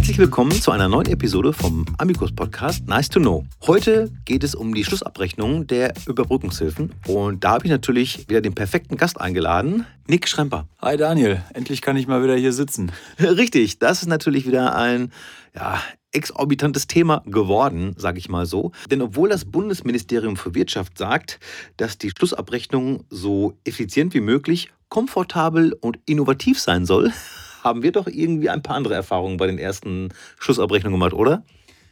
Herzlich willkommen zu einer neuen Episode vom Amicus Podcast Nice to Know. Heute geht es um die Schlussabrechnung der Überbrückungshilfen und da habe ich natürlich wieder den perfekten Gast eingeladen, Nick Schremper. Hi Daniel, endlich kann ich mal wieder hier sitzen. Richtig, das ist natürlich wieder ein exorbitantes Thema geworden, sage ich mal so. Denn obwohl das Bundesministerium für Wirtschaft sagt, dass die Schlussabrechnung so effizient wie möglich, komfortabel und innovativ sein soll, haben wir doch irgendwie ein paar andere Erfahrungen bei den ersten Schlussabrechnungen gemacht, oder?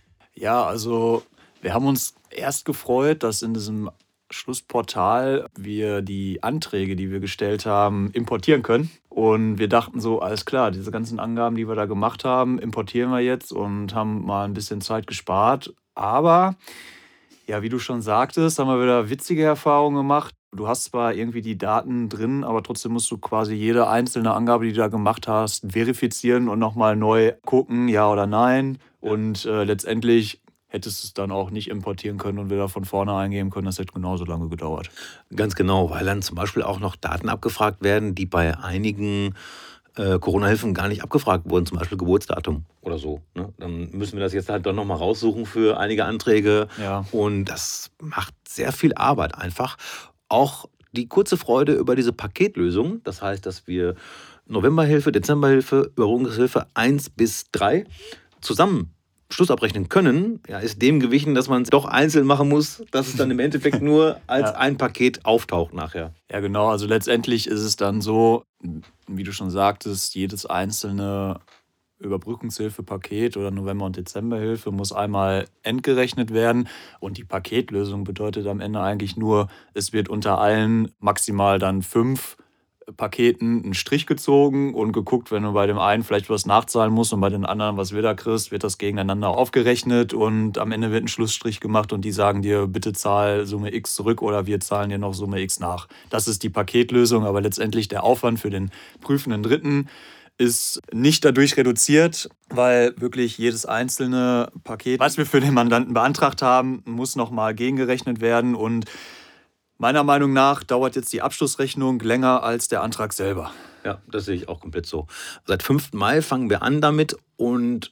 Ja, also wir haben uns erst gefreut, dass in diesem Schlussportal wir die Anträge, die wir gestellt haben, importieren können. Und wir dachten so, alles klar, diese ganzen Angaben, die wir da gemacht haben, importieren wir jetzt und haben mal ein bisschen Zeit gespart. Aber ja, wie du schon sagtest, haben wir wieder witzige Erfahrungen gemacht. Du hast zwar irgendwie die Daten drin, aber trotzdem musst du quasi jede einzelne Angabe, die du da gemacht hast, verifizieren und nochmal neu gucken, ja oder nein. Und letztendlich hättest du es dann auch nicht importieren können und wieder von vorne eingeben können. Das hätte genauso lange gedauert. Ganz genau, weil dann zum Beispiel auch noch Daten abgefragt werden, die bei einigen Corona-Hilfen gar nicht abgefragt wurden, zum Beispiel Geburtsdatum oder so. Ne? Dann müssen wir das jetzt halt doch nochmal raussuchen für einige Anträge. Ja. Und das macht sehr viel Arbeit einfach. Auch die kurze Freude über diese Paketlösung, das heißt, dass wir Novemberhilfe, Dezemberhilfe, Überbrückungshilfe 1 bis 3 zusammen Schluss abrechnen können, ist dem gewichen, dass man es doch einzeln machen muss, dass es dann im Endeffekt nur als ein Paket auftaucht nachher. Ja, genau. Also letztendlich ist es dann so, wie du schon sagtest, jedes einzelne Überbrückungshilfepaket oder November- und Dezemberhilfe muss einmal entgerechnet werden. Und die Paketlösung bedeutet am Ende eigentlich nur, es wird unter allen maximal dann 5 Paketen einen Strich gezogen und geguckt, wenn du bei dem einen vielleicht was nachzahlen musst und bei den anderen was wieder kriegst, wird das gegeneinander aufgerechnet und am Ende wird ein Schlussstrich gemacht und die sagen dir, bitte zahl Summe X zurück oder wir zahlen dir noch Summe X nach. Das ist die Paketlösung, aber letztendlich der Aufwand für den prüfenden Dritten ist nicht dadurch reduziert, weil wirklich jedes einzelne Paket, was wir für den Mandanten beantragt haben, muss nochmal gegengerechnet werden und meiner Meinung nach dauert jetzt die Abschlussrechnung länger als der Antrag selber. Ja, das sehe ich auch komplett so. Seit 5. Mai fangen wir an damit und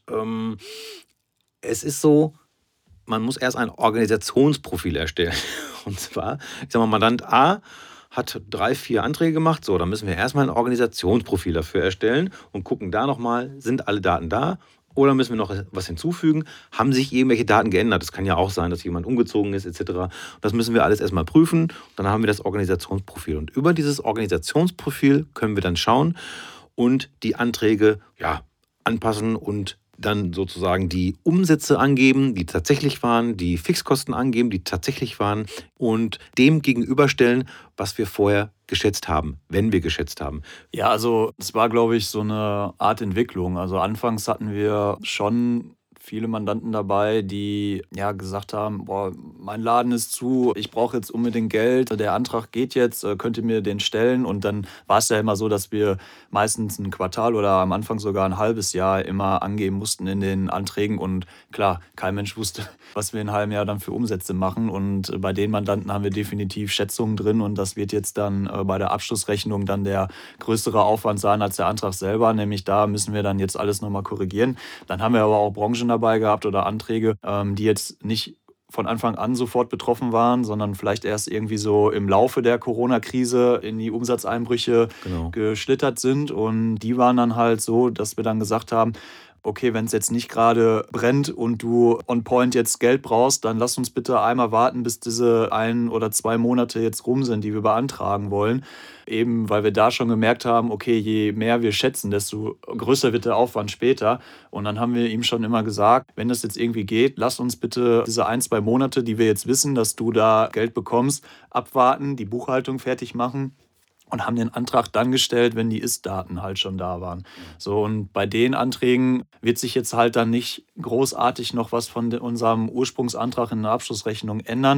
es ist so, man muss erst ein Organisationsprofil erstellen. Und zwar, ich sag mal, Mandant A hat 3, 4 Anträge gemacht. So, dann müssen wir erstmal ein Organisationsprofil dafür erstellen und gucken da nochmal, sind alle Daten da? Oder müssen wir noch was hinzufügen? Haben sich irgendwelche Daten geändert? Das kann ja auch sein, dass jemand umgezogen ist, etc. Das müssen wir alles erstmal prüfen. Dann haben wir das Organisationsprofil. Und über dieses Organisationsprofil können wir dann schauen und die Anträge anpassen und dann sozusagen die Umsätze angeben, die tatsächlich waren, die Fixkosten angeben, die tatsächlich waren und dem gegenüberstellen, was wir vorher geschätzt haben, wenn wir geschätzt haben. Ja, also es war, glaube ich, so eine Art Entwicklung. Also anfangs hatten wir schon viele Mandanten dabei, die gesagt haben, boah, mein Laden ist zu, ich brauche jetzt unbedingt Geld, der Antrag geht jetzt, könnt ihr mir den stellen? Und dann war es ja immer so, dass wir meistens ein Quartal oder am Anfang sogar ein halbes Jahr immer angeben mussten in den Anträgen. Und klar, kein Mensch wusste, was wir in einem halben Jahr dann für Umsätze machen. Und bei den Mandanten haben wir definitiv Schätzungen drin und das wird jetzt dann bei der Abschlussrechnung dann der größere Aufwand sein als der Antrag selber. Nämlich da müssen wir dann jetzt alles nochmal korrigieren. Dann haben wir aber auch Branchen dabei gehabt oder Anträge, die jetzt nicht von Anfang an sofort betroffen waren, sondern vielleicht erst irgendwie so im Laufe der Corona-Krise in die Umsatzeinbrüche geschlittert sind. Und die waren dann halt so, dass wir dann gesagt haben, okay, wenn es jetzt nicht gerade brennt und du on point jetzt Geld brauchst, dann lass uns bitte einmal warten, bis diese 1 oder 2 Monate jetzt rum sind, die wir beantragen wollen. Eben, weil wir da schon gemerkt haben, okay, je mehr wir schätzen, desto größer wird der Aufwand später. Und dann haben wir ihm schon immer gesagt, wenn das jetzt irgendwie geht, lass uns bitte diese 1, 2 Monate, die wir jetzt wissen, dass du da Geld bekommst, abwarten, die Buchhaltung fertig machen. Und haben den Antrag dann gestellt, wenn die Ist-Daten halt schon da waren. So, und bei den Anträgen wird sich jetzt halt dann nicht großartig noch was von unserem Ursprungsantrag in der Abschlussrechnung ändern.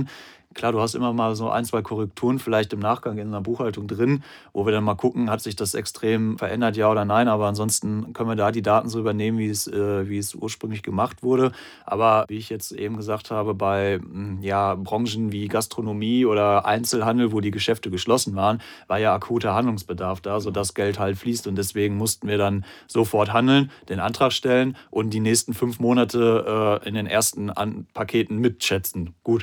Klar, du hast immer mal so ein, zwei Korrekturen vielleicht im Nachgang in einer Buchhaltung drin, wo wir dann mal gucken, hat sich das extrem verändert, ja oder nein. Aber ansonsten können wir da die Daten so übernehmen, wie es ursprünglich gemacht wurde. Aber wie ich jetzt eben gesagt habe, bei ja, Branchen wie Gastronomie oder Einzelhandel, wo die Geschäfte geschlossen waren, war ja akuter Handlungsbedarf da, sodass Geld halt fließt. Und deswegen mussten wir dann sofort handeln, den Antrag stellen und die nächsten 5 Monate in den ersten Paketen mitschätzen. Gut.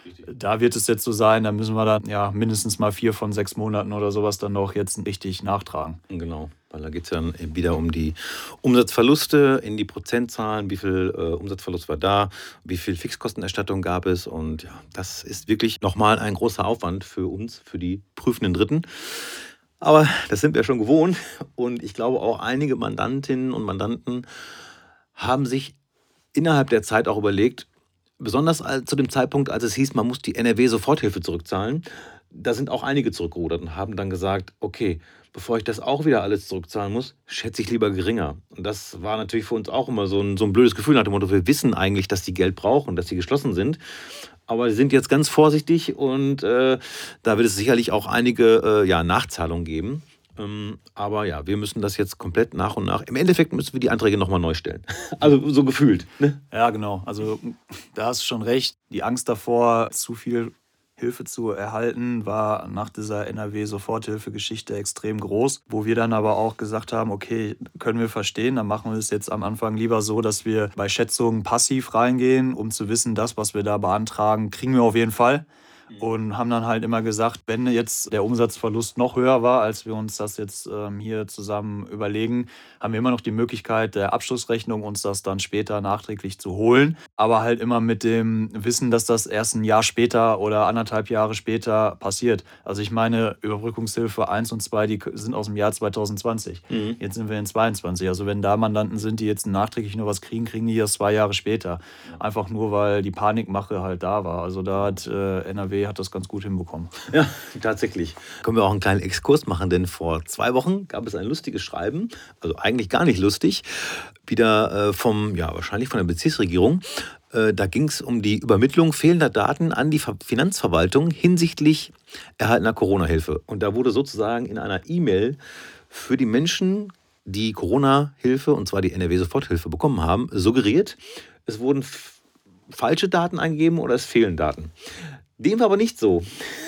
Da wird es jetzt so sein, da müssen wir dann ja mindestens mal 4 von 6 Monaten oder sowas dann noch jetzt richtig nachtragen. Genau, weil da geht es dann wieder um die Umsatzverluste in die Prozentzahlen, wie viel Umsatzverlust war da, wie viel Fixkostenerstattung gab es. Und ja, das ist wirklich nochmal ein großer Aufwand für uns, für die prüfenden Dritten. Aber das sind wir schon gewohnt. Und ich glaube auch einige Mandantinnen und Mandanten haben sich innerhalb der Zeit auch überlegt, besonders zu dem Zeitpunkt, als es hieß, man muss die NRW-Soforthilfe zurückzahlen, da sind auch einige zurückgerudert und haben dann gesagt, okay, bevor ich das auch wieder alles zurückzahlen muss, schätze ich lieber geringer. Und das war natürlich für uns auch immer so ein blödes Gefühl nach dem Motto, wir wissen eigentlich, dass die Geld brauchen, dass sie geschlossen sind. Aber sie sind jetzt ganz vorsichtig und da wird es sicherlich auch einige Nachzahlungen geben. Aber ja, wir müssen das jetzt komplett nach und nach. Im Endeffekt müssen wir die Anträge nochmal neu stellen. Also so gefühlt. Ne? Ja, genau. Also da hast du schon recht. Die Angst davor, zu viel Hilfe zu erhalten, war nach dieser NRW-Soforthilfe-Geschichte extrem groß, wo wir dann aber auch gesagt haben, okay, können wir verstehen, dann machen wir es jetzt am Anfang lieber so, dass wir bei Schätzungen passiv reingehen, um zu wissen, das, was wir da beantragen, kriegen wir auf jeden Fall. Und haben dann halt immer gesagt, wenn jetzt der Umsatzverlust noch höher war, als wir uns das jetzt hier zusammen überlegen, haben wir immer noch die Möglichkeit der Abschlussrechnung, uns das dann später nachträglich zu holen. Aber halt immer mit dem Wissen, dass das erst ein Jahr später oder 1,5 Jahre später passiert. Also ich meine, Überbrückungshilfe 1 und 2, die sind aus dem Jahr 2020. Jetzt sind wir in 2022. Also wenn da Mandanten sind, die jetzt nachträglich noch was kriegen, kriegen die das 2 Jahre später. Einfach nur, weil die Panikmache halt da war. Also da hat NRW hat das ganz gut hinbekommen. Ja, tatsächlich. Können wir auch einen kleinen Exkurs machen, denn vor 2 Wochen gab es ein lustiges Schreiben, also eigentlich gar nicht lustig, wieder wahrscheinlich von der Bezirksregierung. Da ging es um die Übermittlung fehlender Daten an die Finanzverwaltung hinsichtlich erhaltener Corona-Hilfe. Und da wurde sozusagen in einer E-Mail für die Menschen, die Corona-Hilfe, und zwar die NRW-Soforthilfe bekommen haben, suggeriert, es wurden falsche Daten eingegeben oder es fehlen Daten. Dem war aber nicht so,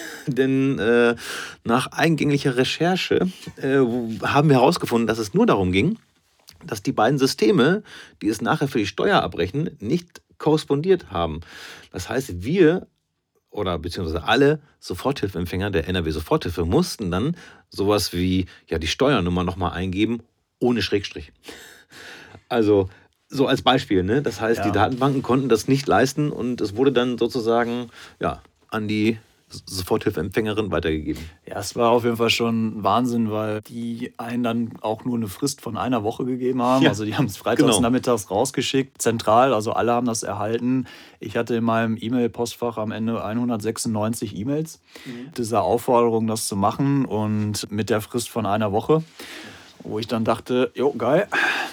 denn nach eingänglicher Recherche haben wir herausgefunden, dass es nur darum ging, dass die beiden Systeme, die es nachher für die Steuer abrechnen, nicht korrespondiert haben. Das heißt, wir oder beziehungsweise alle Soforthilfeempfänger der NRW-Soforthilfe mussten dann sowas wie die Steuernummer nochmal eingeben, ohne Schrägstrich. Also so als Beispiel, ne? Das heißt, die Datenbanken konnten das nicht leisten und es wurde dann sozusagen an die Soforthilfeempfängerin weitergegeben. Ja, es war auf jeden Fall schon Wahnsinn, weil die einen dann auch nur eine Frist von 1 Woche gegeben haben. Ja. Also die haben es freitags nachmittags rausgeschickt, zentral, also alle haben das erhalten. Ich hatte in meinem E-Mail-Postfach am Ende 196 E-Mails, dieser Aufforderung, das zu machen und mit der Frist von 1 Woche, wo ich dann dachte, jo, geil,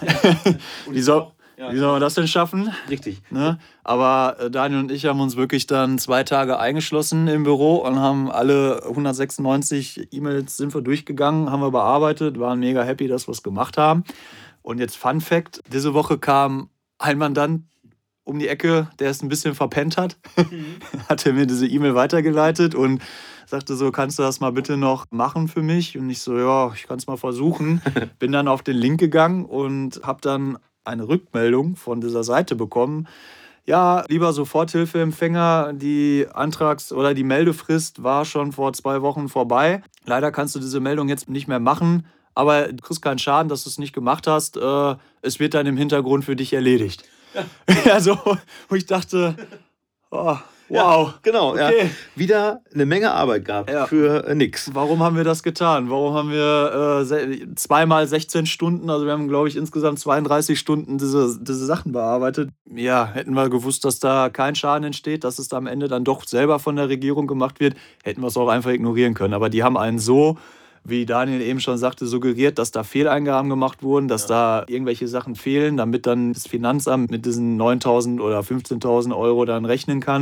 wie soll man das denn schaffen? Richtig. Ne? Aber Daniel und ich haben uns wirklich dann 2 Tage eingeschlossen im Büro und haben alle 196 E-Mails sind wir durchgegangen, haben wir bearbeitet, waren mega happy, dass wir es gemacht haben. Und jetzt Fun Fact, diese Woche kam ein Mandant um die Ecke, der es ein bisschen verpennt hat, hatte mir diese E-Mail weitergeleitet und sagte so, kannst du das mal bitte noch machen für mich? Und ich so, ja, ich kann es mal versuchen. Bin dann auf den Link gegangen und habe dann eine Rückmeldung von dieser Seite bekommen. Ja, lieber Soforthilfeempfänger, die oder die Meldefrist war schon vor 2 Wochen vorbei. Leider kannst du diese Meldung jetzt nicht mehr machen, aber du kriegst keinen Schaden, dass du es nicht gemacht hast. Es wird dann im Hintergrund für dich erledigt. Ja. Also, wo ich dachte, wow. Ja, genau, okay. Wieder eine Menge Arbeit gehabt für nix. Warum haben wir das getan? Warum haben wir 2 mal 16 Stunden, also wir haben, glaube ich, insgesamt 32 Stunden diese Sachen bearbeitet. Ja, hätten wir gewusst, dass da kein Schaden entsteht, dass es da am Ende dann doch selber von der Regierung gemacht wird, hätten wir es auch einfach ignorieren können. Aber die haben einen so, wie Daniel eben schon sagte, suggeriert, dass da Fehleingaben gemacht wurden, dass da irgendwelche Sachen fehlen, damit dann das Finanzamt mit diesen 9.000 oder 15.000 Euro dann rechnen kann.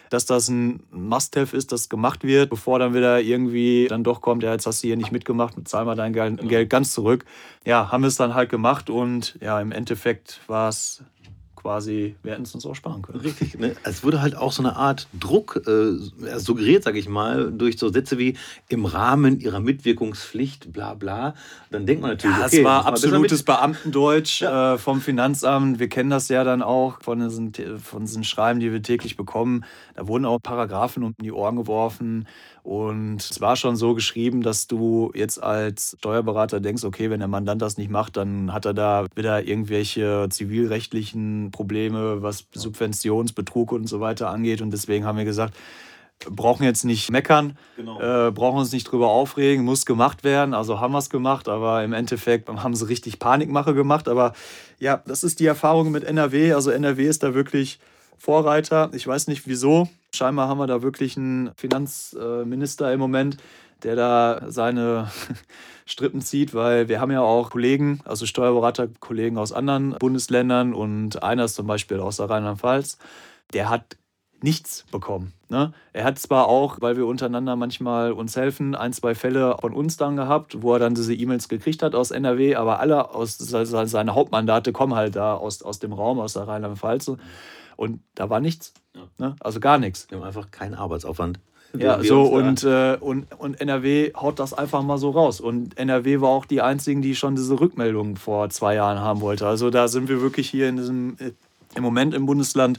dass das ein Must-Have ist, das gemacht wird, bevor dann wieder irgendwie dann doch kommt, ja, jetzt hast du hier nicht mitgemacht, zahl mal dein Geld ganz zurück. Ja, haben wir es dann halt gemacht und ja, im Endeffekt war es quasi, wir hätten es uns auch sparen können. Richtig, ne? Es wurde halt auch so eine Art Druck suggeriert, sage ich mal, durch so Sätze wie im Rahmen ihrer Mitwirkungspflicht, bla bla. Dann denkt man natürlich, Ja, okay, es war mach mal besser absolutes mit. Beamtendeutsch vom Finanzamt. Wir kennen das ja dann auch von diesen Schreiben, die wir täglich bekommen. Da wurden auch Paragraphen um die Ohren geworfen. Und es war schon so geschrieben, dass du jetzt als Steuerberater denkst, okay, wenn der Mandant das nicht macht, dann hat er da wieder irgendwelche zivilrechtlichen Probleme, was Subventionsbetrug und so weiter angeht. Und deswegen haben wir gesagt, brauchen jetzt nicht meckern, Genau. brauchen uns nicht drüber aufregen, muss gemacht werden. Also haben wir es gemacht, aber im Endeffekt haben sie richtig Panikmache gemacht. Aber ja, das ist die Erfahrung mit NRW. Also NRW ist da wirklich Vorreiter. Ich weiß nicht wieso. Scheinbar haben wir da wirklich einen Finanzminister im Moment, der da seine Strippen zieht, weil wir haben ja auch Kollegen, also Steuerberaterkollegen aus anderen Bundesländern und einer ist zum Beispiel aus der Rheinland-Pfalz, der hat nichts bekommen. Ne? Er hat zwar auch, weil wir untereinander manchmal uns helfen, 1, 2 Fälle von uns dann gehabt, wo er dann diese E-Mails gekriegt hat aus NRW, aber alle aus seine Hauptmandate kommen halt da aus dem Raum, aus der Rheinland-Pfalz. Und da war nichts. Ja. Ne? Also gar nichts. Wir haben einfach keinen Arbeitsaufwand. Ja, den wir so uns da- und NRW haut das einfach mal so raus. Und NRW war auch die einzigen, die schon diese Rückmeldung vor 2 Jahren haben wollte. Also da sind wir wirklich hier im Moment im Bundesland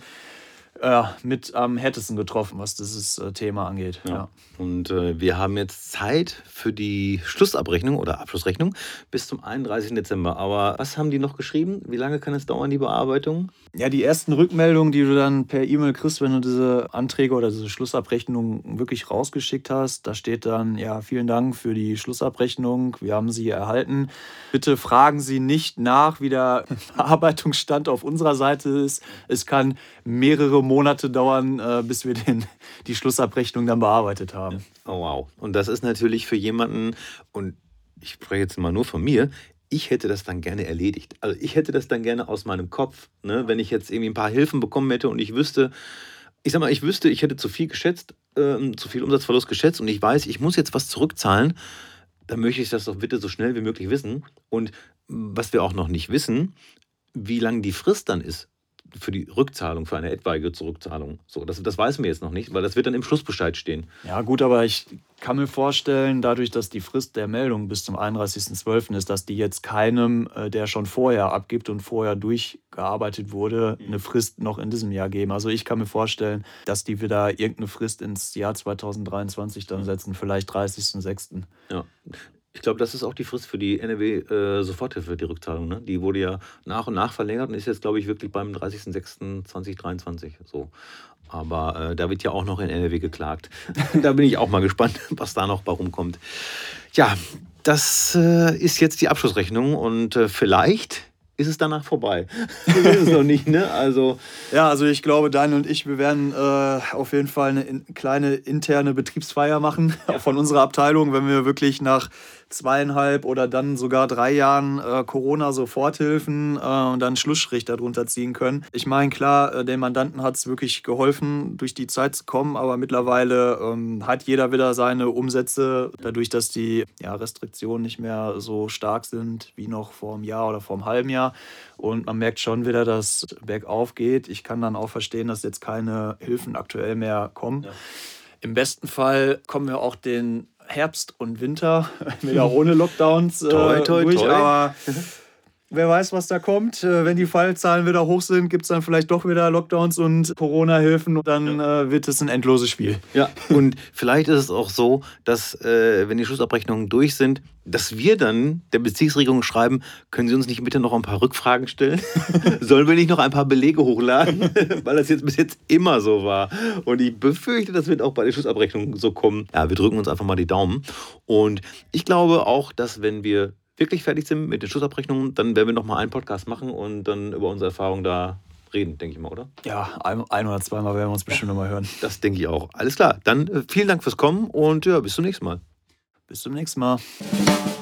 mit am härtesten getroffen, was dieses Thema angeht. Ja. Ja. Und wir haben jetzt Zeit für die Schlussabrechnung oder Abschlussrechnung bis zum 31. Dezember. Aber was haben die noch geschrieben? Wie lange kann es dauern, die Bearbeitung? Ja, die ersten Rückmeldungen, die du dann per E-Mail kriegst, wenn du diese Anträge oder diese Schlussabrechnung wirklich rausgeschickt hast, da steht dann, ja, vielen Dank für die Schlussabrechnung, wir haben sie erhalten. Bitte fragen Sie nicht nach, wie der Bearbeitungsstand auf unserer Seite ist. Es kann mehrere Monate dauern, bis wir die Schlussabrechnung dann bearbeitet haben. Oh, wow. Und das ist natürlich für jemanden, und ich spreche jetzt mal nur von mir, ich hätte das dann gerne erledigt. Also ich hätte das dann gerne aus meinem Kopf, ne? Wenn ich jetzt irgendwie ein paar Hilfen bekommen hätte und ich wüsste, ich hätte zu viel geschätzt, zu viel Umsatzverlust geschätzt und ich weiß, ich muss jetzt was zurückzahlen, dann möchte ich das doch bitte so schnell wie möglich wissen. Und was wir auch noch nicht wissen, wie lang die Frist dann ist für die Rückzahlung, für eine etwaige Zurückzahlung. So, das weiß man jetzt noch nicht, weil das wird dann im Schlussbescheid stehen. Ja gut, aber ich kann mir vorstellen, dadurch, dass die Frist der Meldung bis zum 31.12. ist, dass die jetzt keinem, der schon vorher abgibt und vorher durchgearbeitet wurde, eine Frist noch in diesem Jahr geben. Also ich kann mir vorstellen, dass die wieder irgendeine Frist ins Jahr 2023 dann setzen, vielleicht 30.06. Ja. Ich glaube, das ist auch die Frist für die NRW-Soforthilfe, die Rückzahlung. Ne? Die wurde ja nach und nach verlängert und ist jetzt, glaube ich, wirklich beim 30.06.2023 so. Aber da wird ja auch noch in NRW geklagt. Da bin ich auch mal gespannt, was da noch bei rumkommt. Ja, das ist jetzt die Abschlussrechnung und vielleicht ist es danach vorbei. Das ist es noch nicht, ne? Also Ja, also ich glaube, Daniel und ich, wir werden auf jeden Fall eine kleine interne Betriebsfeier machen, auch von unserer Abteilung, wenn wir wirklich nach 2,5 oder dann sogar 3 Jahren Corona-Soforthilfen und dann einen Schlussstrich darunter ziehen können. Ich meine, klar, den Mandanten hat es wirklich geholfen, durch die Zeit zu kommen, aber mittlerweile hat jeder wieder seine Umsätze, dadurch, dass die Restriktionen nicht mehr so stark sind wie noch vor einem Jahr oder vor einem halben Jahr. Und man merkt schon wieder, dass es bergauf geht. Ich kann dann auch verstehen, dass jetzt keine Hilfen aktuell mehr kommen. Ja. Im besten Fall kommen wir auch den Herbst und Winter wieder ohne Lockdowns Toi, toi, durch. toi. Aber wer weiß, was da kommt. Wenn die Fallzahlen wieder hoch sind, gibt es dann vielleicht doch wieder Lockdowns und Corona-Hilfen. Und dann wird es ein endloses Spiel. Ja, und vielleicht ist es auch so, dass, wenn die Schlussabrechnungen durch sind, dass wir dann der Bezirksregierung schreiben, können Sie uns nicht bitte noch ein paar Rückfragen stellen? Sollen wir nicht noch ein paar Belege hochladen? Weil das jetzt bis jetzt immer so war. Und ich befürchte, das wird auch bei der Schlussabrechnung so kommen. Ja, wir drücken uns einfach mal die Daumen. Und ich glaube auch, dass wenn wir wirklich fertig sind mit den Schlussabrechnungen, dann werden wir noch mal einen Podcast machen und dann über unsere Erfahrungen da reden, denke ich mal, oder? Ja, ein oder zweimal werden wir uns bestimmt noch mal hören. Das denke ich auch. Alles klar. Dann vielen Dank fürs Kommen und ja, bis zum nächsten Mal. Bis zum nächsten Mal.